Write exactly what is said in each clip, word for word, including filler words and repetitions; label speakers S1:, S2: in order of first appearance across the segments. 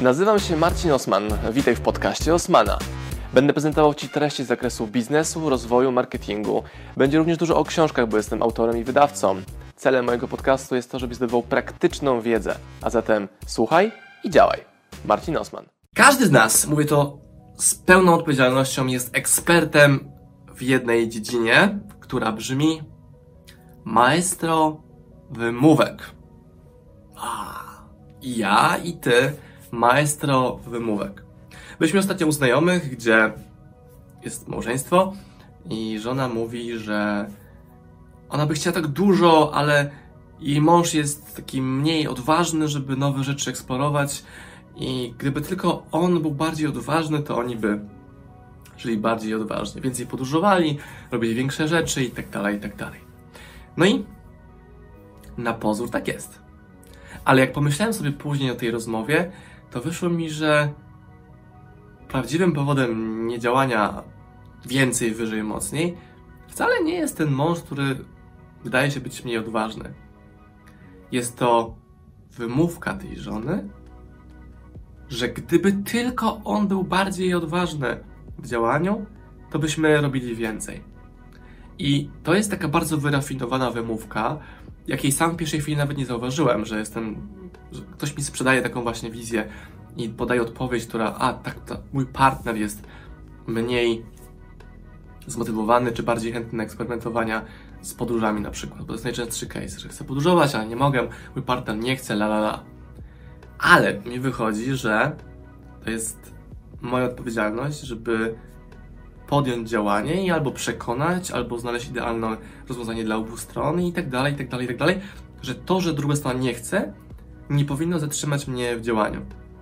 S1: Nazywam się Marcin Osman. Witaj w podcaście Osmana. Będę prezentował Ci treści z zakresu biznesu, rozwoju, marketingu. Będzie również dużo o książkach, bo jestem autorem i wydawcą. Celem mojego podcastu jest to, żebyś zdobywał praktyczną wiedzę. A zatem słuchaj i działaj. Marcin Osman.
S2: Każdy z nas, mówię to z pełną odpowiedzialnością, jest ekspertem w jednej dziedzinie, która brzmi maestro wymówek. A, i ja, i ty, maestro wymówek. Byliśmy ostatnio u znajomych, gdzie jest małżeństwo i żona mówi, że ona by chciała tak dużo, ale jej mąż jest taki mniej odważny, żeby nowe rzeczy eksplorować i gdyby tylko on był bardziej odważny, to oni by żyli bardziej odważnie, więcej podróżowali, robili większe rzeczy i tak dalej, i tak dalej. No i na pozór tak jest. Ale jak pomyślałem sobie później o tej rozmowie, to wyszło mi, że prawdziwym powodem niedziałania więcej, wyżej, mocniej wcale nie jest ten mąż, który wydaje się być mniej odważny. Jest to wymówka tej żony, że gdyby tylko on był bardziej odważny w działaniu, to byśmy robili więcej. I to jest taka bardzo wyrafinowana wymówka, jakiej sam w pierwszej chwili nawet nie zauważyłem, że jestem, że ktoś mi sprzedaje taką właśnie wizję i podaje odpowiedź, która, a tak, to mój partner jest mniej zmotywowany, czy bardziej chętny na eksperymentowania z podróżami na przykład, bo to jest najczęstszy case, że chcę podróżować, ale nie mogę, mój partner nie chce, la la la. Ale mi wychodzi, że to jest moja odpowiedzialność, żeby podjąć działanie i albo przekonać, albo znaleźć idealne rozwiązanie dla obu stron i tak dalej, i tak dalej, i tak dalej, że to, że druga strona nie chce, nie powinno zatrzymać mnie w działaniu.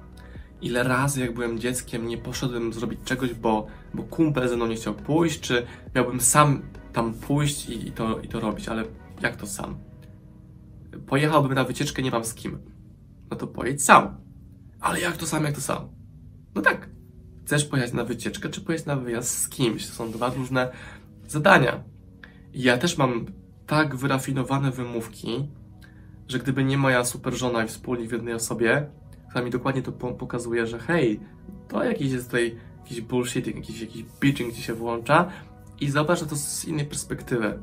S2: Ile razy, jak byłem dzieckiem, nie poszedłem zrobić czegoś, bo, bo kumpel ze mną nie chciał pójść, czy miałbym sam tam pójść i, i, to, i to robić, ale jak to sam? Pojechałbym na wycieczkę, nie mam z kim. No to pojedź sam. Ale jak to sam, jak to sam? No tak. Chcesz pojechać na wycieczkę, czy pojechać na wyjazd z kimś? To są dwa różne zadania. I ja też mam tak wyrafinowane wymówki, że gdyby nie moja super żona i wspólnik w jednej osobie, która mi dokładnie to pokazuje, że hej, to jakiś jest tutaj jakiś bullshit, jakiś, jakiś bitching ci się włącza i zobacz na to z innej perspektywy,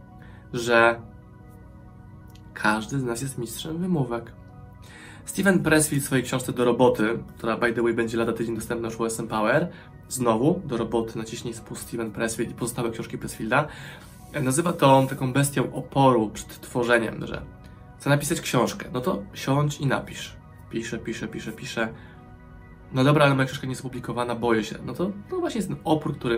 S2: że każdy z nas jest mistrzem wymówek. Steven Pressfield w swojej książce Do roboty, która by the way będzie lada tydzień dostępna już u S M Power, znowu Do roboty, naciśnij spust Steven Pressfield i pozostałe książki Pressfielda, nazywa to taką bestią oporu przed tworzeniem, że chcę napisać książkę, no to siądź i napisz. Piszę, piszę, piszę, piszę. No dobra, ale moja książka nie jest opublikowana, boję się. No to, to właśnie jest ten opór, który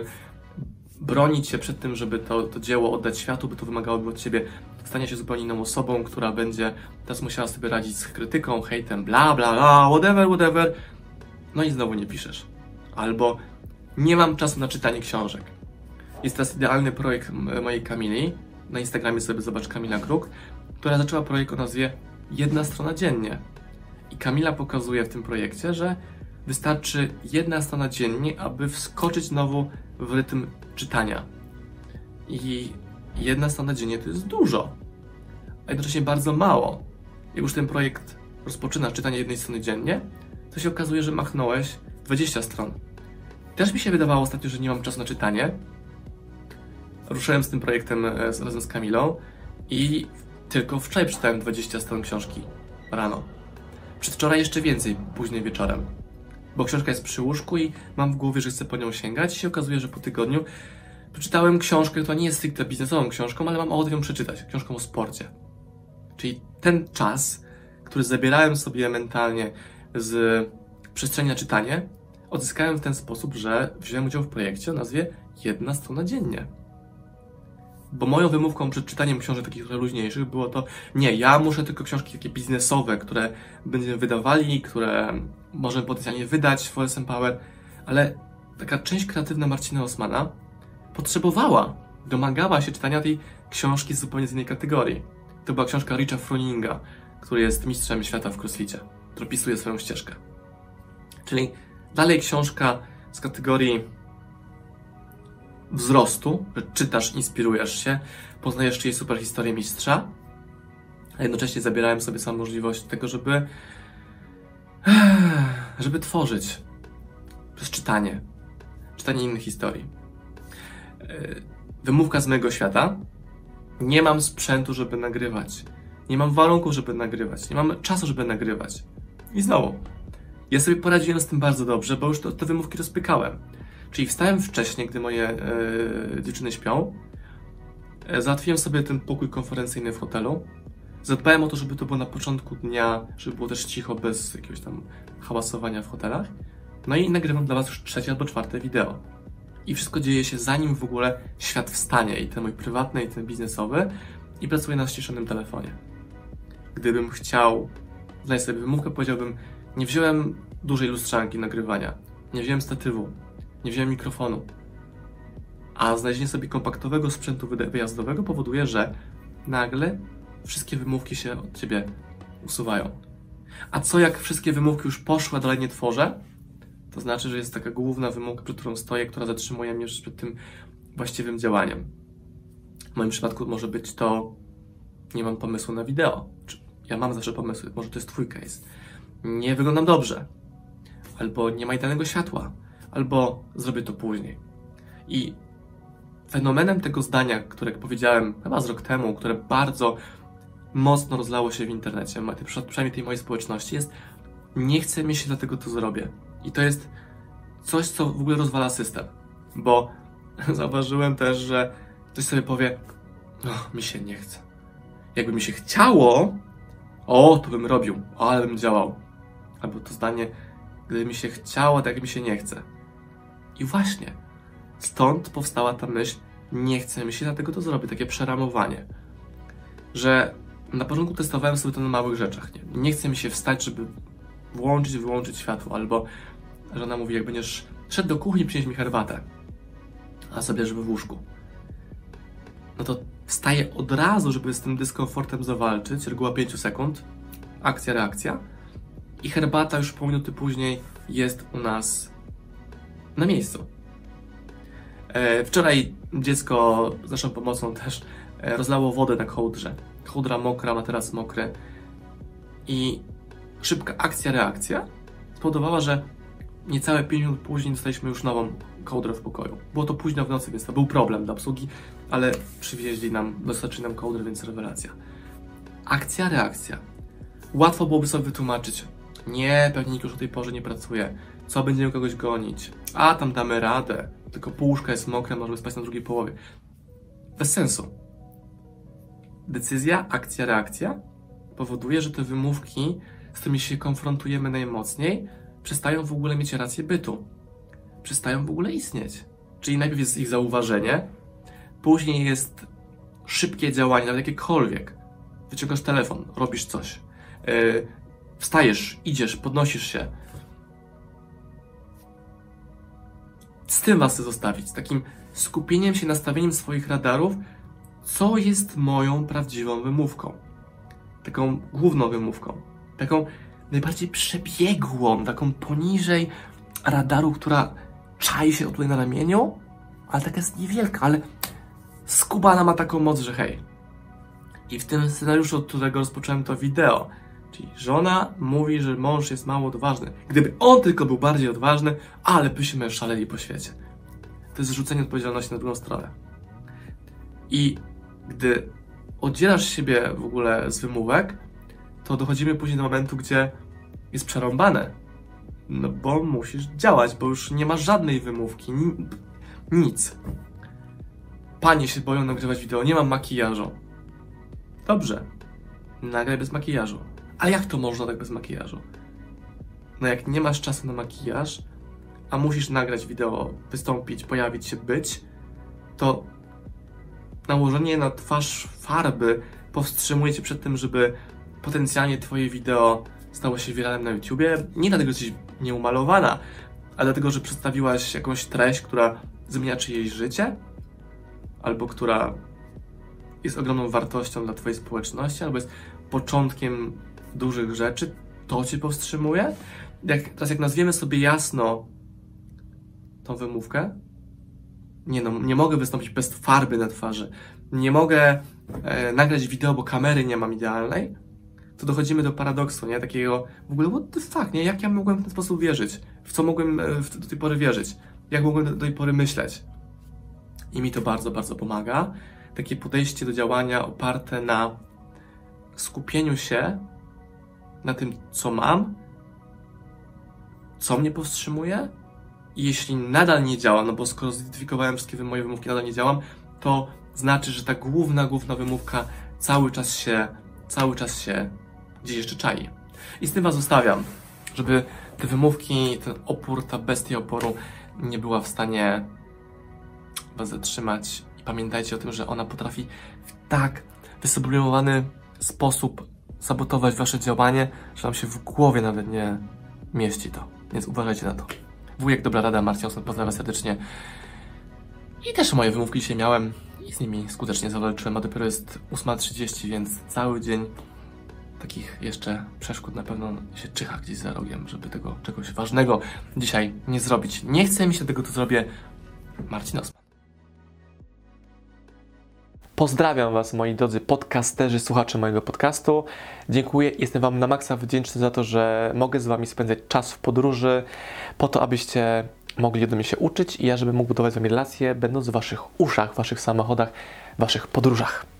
S2: bronić się przed tym, żeby to, to dzieło oddać światu, by to wymagałoby od ciebie stania się zupełnie inną osobą, która będzie teraz musiała sobie radzić z krytyką, hejtem, bla, bla, bla, whatever, whatever. No i znowu nie piszesz. Albo nie mam czasu na czytanie książek. Jest teraz idealny projekt mojej Kamili. Na Instagramie sobie zobacz Kamila Kruk, która zaczęła projekt o nazwie Jedna strona dziennie. I Kamila pokazuje w tym projekcie, że wystarczy jedna strona dziennie, aby wskoczyć znowu w rytm czytania. I jedna strona dziennie to jest dużo, a jednocześnie bardzo mało. Jak już ten projekt rozpoczynasz czytanie jednej strony dziennie, to się okazuje, że machnąłeś dwadzieścia stron. Też mi się wydawało ostatnio, że nie mam czasu na czytanie. Ruszyłem z tym projektem razem z Kamilą i tylko wczoraj przeczytałem dwadzieścia stron książki rano. Przedwczoraj jeszcze więcej, później wieczorem. Bo książka jest przy łóżku i mam w głowie, że chcę po nią sięgać i się okazuje, że po tygodniu przeczytałem książkę, która nie jest stricte biznesową książką, ale mam ochotę ją przeczytać. Książką o sporcie. Czyli ten czas, który zabierałem sobie mentalnie z przestrzeni na czytanie, odzyskałem w ten sposób, że wziąłem udział w projekcie o nazwie Jedna strona dziennie. Bo moją wymówką przed czytaniem książek takich trochę luźniejszych było to, nie, ja muszę tylko książki takie biznesowe, które będziemy wydawali, które możemy potencjalnie wydać w S M Power, ale taka część kreatywna Marcina Osmana potrzebowała, domagała się czytania tej książki z zupełnie z innej kategorii. To była książka Richa Froninga, który jest mistrzem świata w crossficie, który opisuje swoją ścieżkę. Czyli dalej książka z kategorii wzrostu, że czytasz, inspirujesz się, poznajesz czyjeś super historię mistrza, a jednocześnie zabierałem sobie sam możliwość tego, żeby żeby tworzyć przez czytanie, czytanie innych historii. Wymówka z mojego świata. Nie mam sprzętu, żeby nagrywać. Nie mam warunków, żeby nagrywać. Nie mam czasu, żeby nagrywać. I znowu, ja sobie poradziłem z tym bardzo dobrze, bo już to, te wymówki rozpykałem. Czyli wstałem wcześniej, gdy moje e, dziewczyny śpią. E, załatwiłem sobie ten pokój konferencyjny w hotelu. Zadbałem o to, żeby to było na początku dnia, żeby było też cicho, bez jakiegoś tam hałasowania w hotelach. No i nagrywam dla Was już trzecie albo czwarte wideo. I wszystko dzieje się zanim w ogóle świat wstanie, i ten mój prywatny, i ten biznesowy, i pracuję na ściszonym telefonie. Gdybym chciał znaleźć sobie wymówkę, powiedziałbym, nie wziąłem dużej lustrzanki nagrywania, nie wziąłem statywu, nie wziąłem mikrofonu, a znalezienie sobie kompaktowego sprzętu wyjazdowego powoduje, że nagle wszystkie wymówki się od Ciebie usuwają. A co jak wszystkie wymówki już poszły, a dalej nie tworzę? To znaczy, że jest taka główna wymówka, przed którą stoję, która zatrzymuje mnie przed tym właściwym działaniem. W moim przypadku może być to, nie mam pomysłu na wideo. Ja mam zawsze pomysły, może to jest Twój case. Nie wyglądam dobrze. Albo nie ma idealnego światła. Albo zrobię to później. I fenomenem tego zdania, które powiedziałem chyba z rok temu, które bardzo mocno rozlało się w internecie, przynajmniej tej mojej społeczności, jest: nie chce mi się, dlatego to zrobię. I to jest coś, co w ogóle rozwala system. Bo zauważyłem też, że ktoś sobie powie: no, mi się nie chce. Jakby mi się chciało, o, to bym robił, o, ale bym działał. Albo to zdanie: gdyby mi się chciało, tak jak mi się nie chce. I właśnie stąd powstała ta myśl: nie chce mi się, dlatego to zrobię. Takie przeramowanie. Że na początku testowałem sobie to na małych rzeczach. Nie, nie chce mi się wstać, żeby włączyć, wyłączyć światło. Albo żona mówi: jak będziesz szedł do kuchni, przynieś mi herbatę, a sobie żeby w łóżku. No to wstaję od razu, żeby z tym dyskomfortem zawalczyć. Reguła pięć sekund. Akcja, reakcja. I herbata już pół minuty później jest u nas na miejscu. E, wczoraj dziecko z naszą pomocą też e, rozlało wodę na kołdrze. Kołdra mokra, materac mokry. I szybka akcja, reakcja spowodowała, że niecałe pięć minut później dostaliśmy już nową kołdrę w pokoju. Było to późno w nocy, więc to był problem dla obsługi, ale przywieźli nam, dostarczyli nam kołdrę, więc rewelacja. Akcja, reakcja. Łatwo byłoby sobie wytłumaczyć: nie, pewnie nikt już o tej porze nie pracuje. Co, będziemy kogoś gonić? A, tam damy radę. Tylko pół łóżka jest mokre, możemy spać na drugiej połowie. Bez sensu. Decyzja, akcja, reakcja powoduje, że te wymówki, z którymi się konfrontujemy najmocniej, przestają w ogóle mieć rację bytu. Przestają w ogóle istnieć. Czyli najpierw jest ich zauważenie, później jest szybkie działanie, nawet jakiekolwiek. Wyciągasz telefon, robisz coś. Yy, wstajesz, idziesz, podnosisz się. Z tym was chcę zostawić, z takim skupieniem się, nastawieniem swoich radarów, co jest moją prawdziwą wymówką. Taką główną wymówką. Taką najbardziej przebiegłą, taką poniżej radaru, która czai się tutaj na ramieniu, ale taka jest niewielka, ale skubana ma taką moc, że hej. I w tym scenariuszu, od którego rozpocząłem to wideo, czyli żona mówi, że mąż jest mało odważny. Gdyby on tylko był bardziej odważny, ale byśmy szaleli po świecie. To jest zrzucenie odpowiedzialności na drugą stronę. I gdy oddzielasz siebie w ogóle z wymówek, to dochodzimy później do momentu, gdzie jest przerąbane. No bo musisz działać, bo już nie ma żadnej wymówki. Ni- nic. Panie się boją nagrywać wideo, nie mam makijażu. Dobrze. Nagraj bez makijażu. Ale jak to można tak bez makijażu? No jak nie masz czasu na makijaż, a musisz nagrać wideo, wystąpić, pojawić się, być, to nałożenie na twarz farby powstrzymuje cię przed tym, żeby potencjalnie twoje wideo stało się wiralem na YouTubie. Nie dlatego, że jesteś nieumalowana, ale dlatego, że przedstawiłaś jakąś treść, która zmienia czyjeś życie, albo która jest ogromną wartością dla twojej społeczności, albo jest początkiem dużych rzeczy. To cię powstrzymuje. Jak, teraz jak nazwiemy sobie jasno tą wymówkę, nie no, nie mogę wystąpić bez farby na twarzy, nie mogę e, nagrać wideo, bo kamery nie mam idealnej, to dochodzimy do paradoksu, nie? Takiego w ogóle what the fuck, nie? Jak ja mogłem w ten sposób wierzyć? W co mogłem w, do tej pory wierzyć? Jak mogłem do, do tej pory myśleć? I mi to bardzo, bardzo pomaga. Takie podejście do działania oparte na skupieniu się na tym, co mam, co mnie powstrzymuje. I jeśli nadal nie działa, no bo skoro zidentyfikowałem wszystkie moje wymówki, nadal nie działam, to znaczy, że ta główna, główna wymówka cały czas się, cały czas się gdzieś jeszcze czai. I z tym was zostawiam, żeby te wymówki, ten opór, ta bestia oporu nie była w stanie was zatrzymać. I pamiętajcie o tym, że ona potrafi w tak wysublimowany sposób sabotować wasze działanie, że wam się w głowie nawet nie mieści to. Więc uważajcie na to. Wujek Dobra Rada, Marcin Osman, pozdrawiam serdecznie. I też moje wymówki dzisiaj miałem i z nimi skutecznie zawalczyłem, a dopiero jest ósma trzydzieści, więc cały dzień takich jeszcze przeszkód na pewno się czyha gdzieś za rogiem, żeby tego czegoś ważnego dzisiaj nie zrobić. Nie chce mi się tego, to zrobię. Marcin Osman.
S1: Pozdrawiam Was, moi drodzy podcasterzy, słuchacze mojego podcastu. Dziękuję, jestem Wam na maksa wdzięczny za to, że mogę z Wami spędzać czas w podróży, po to, abyście mogli ode mnie się uczyć i ja, żebym mógł budować z Wami relacje, będąc w Waszych uszach, w Waszych samochodach, w Waszych podróżach.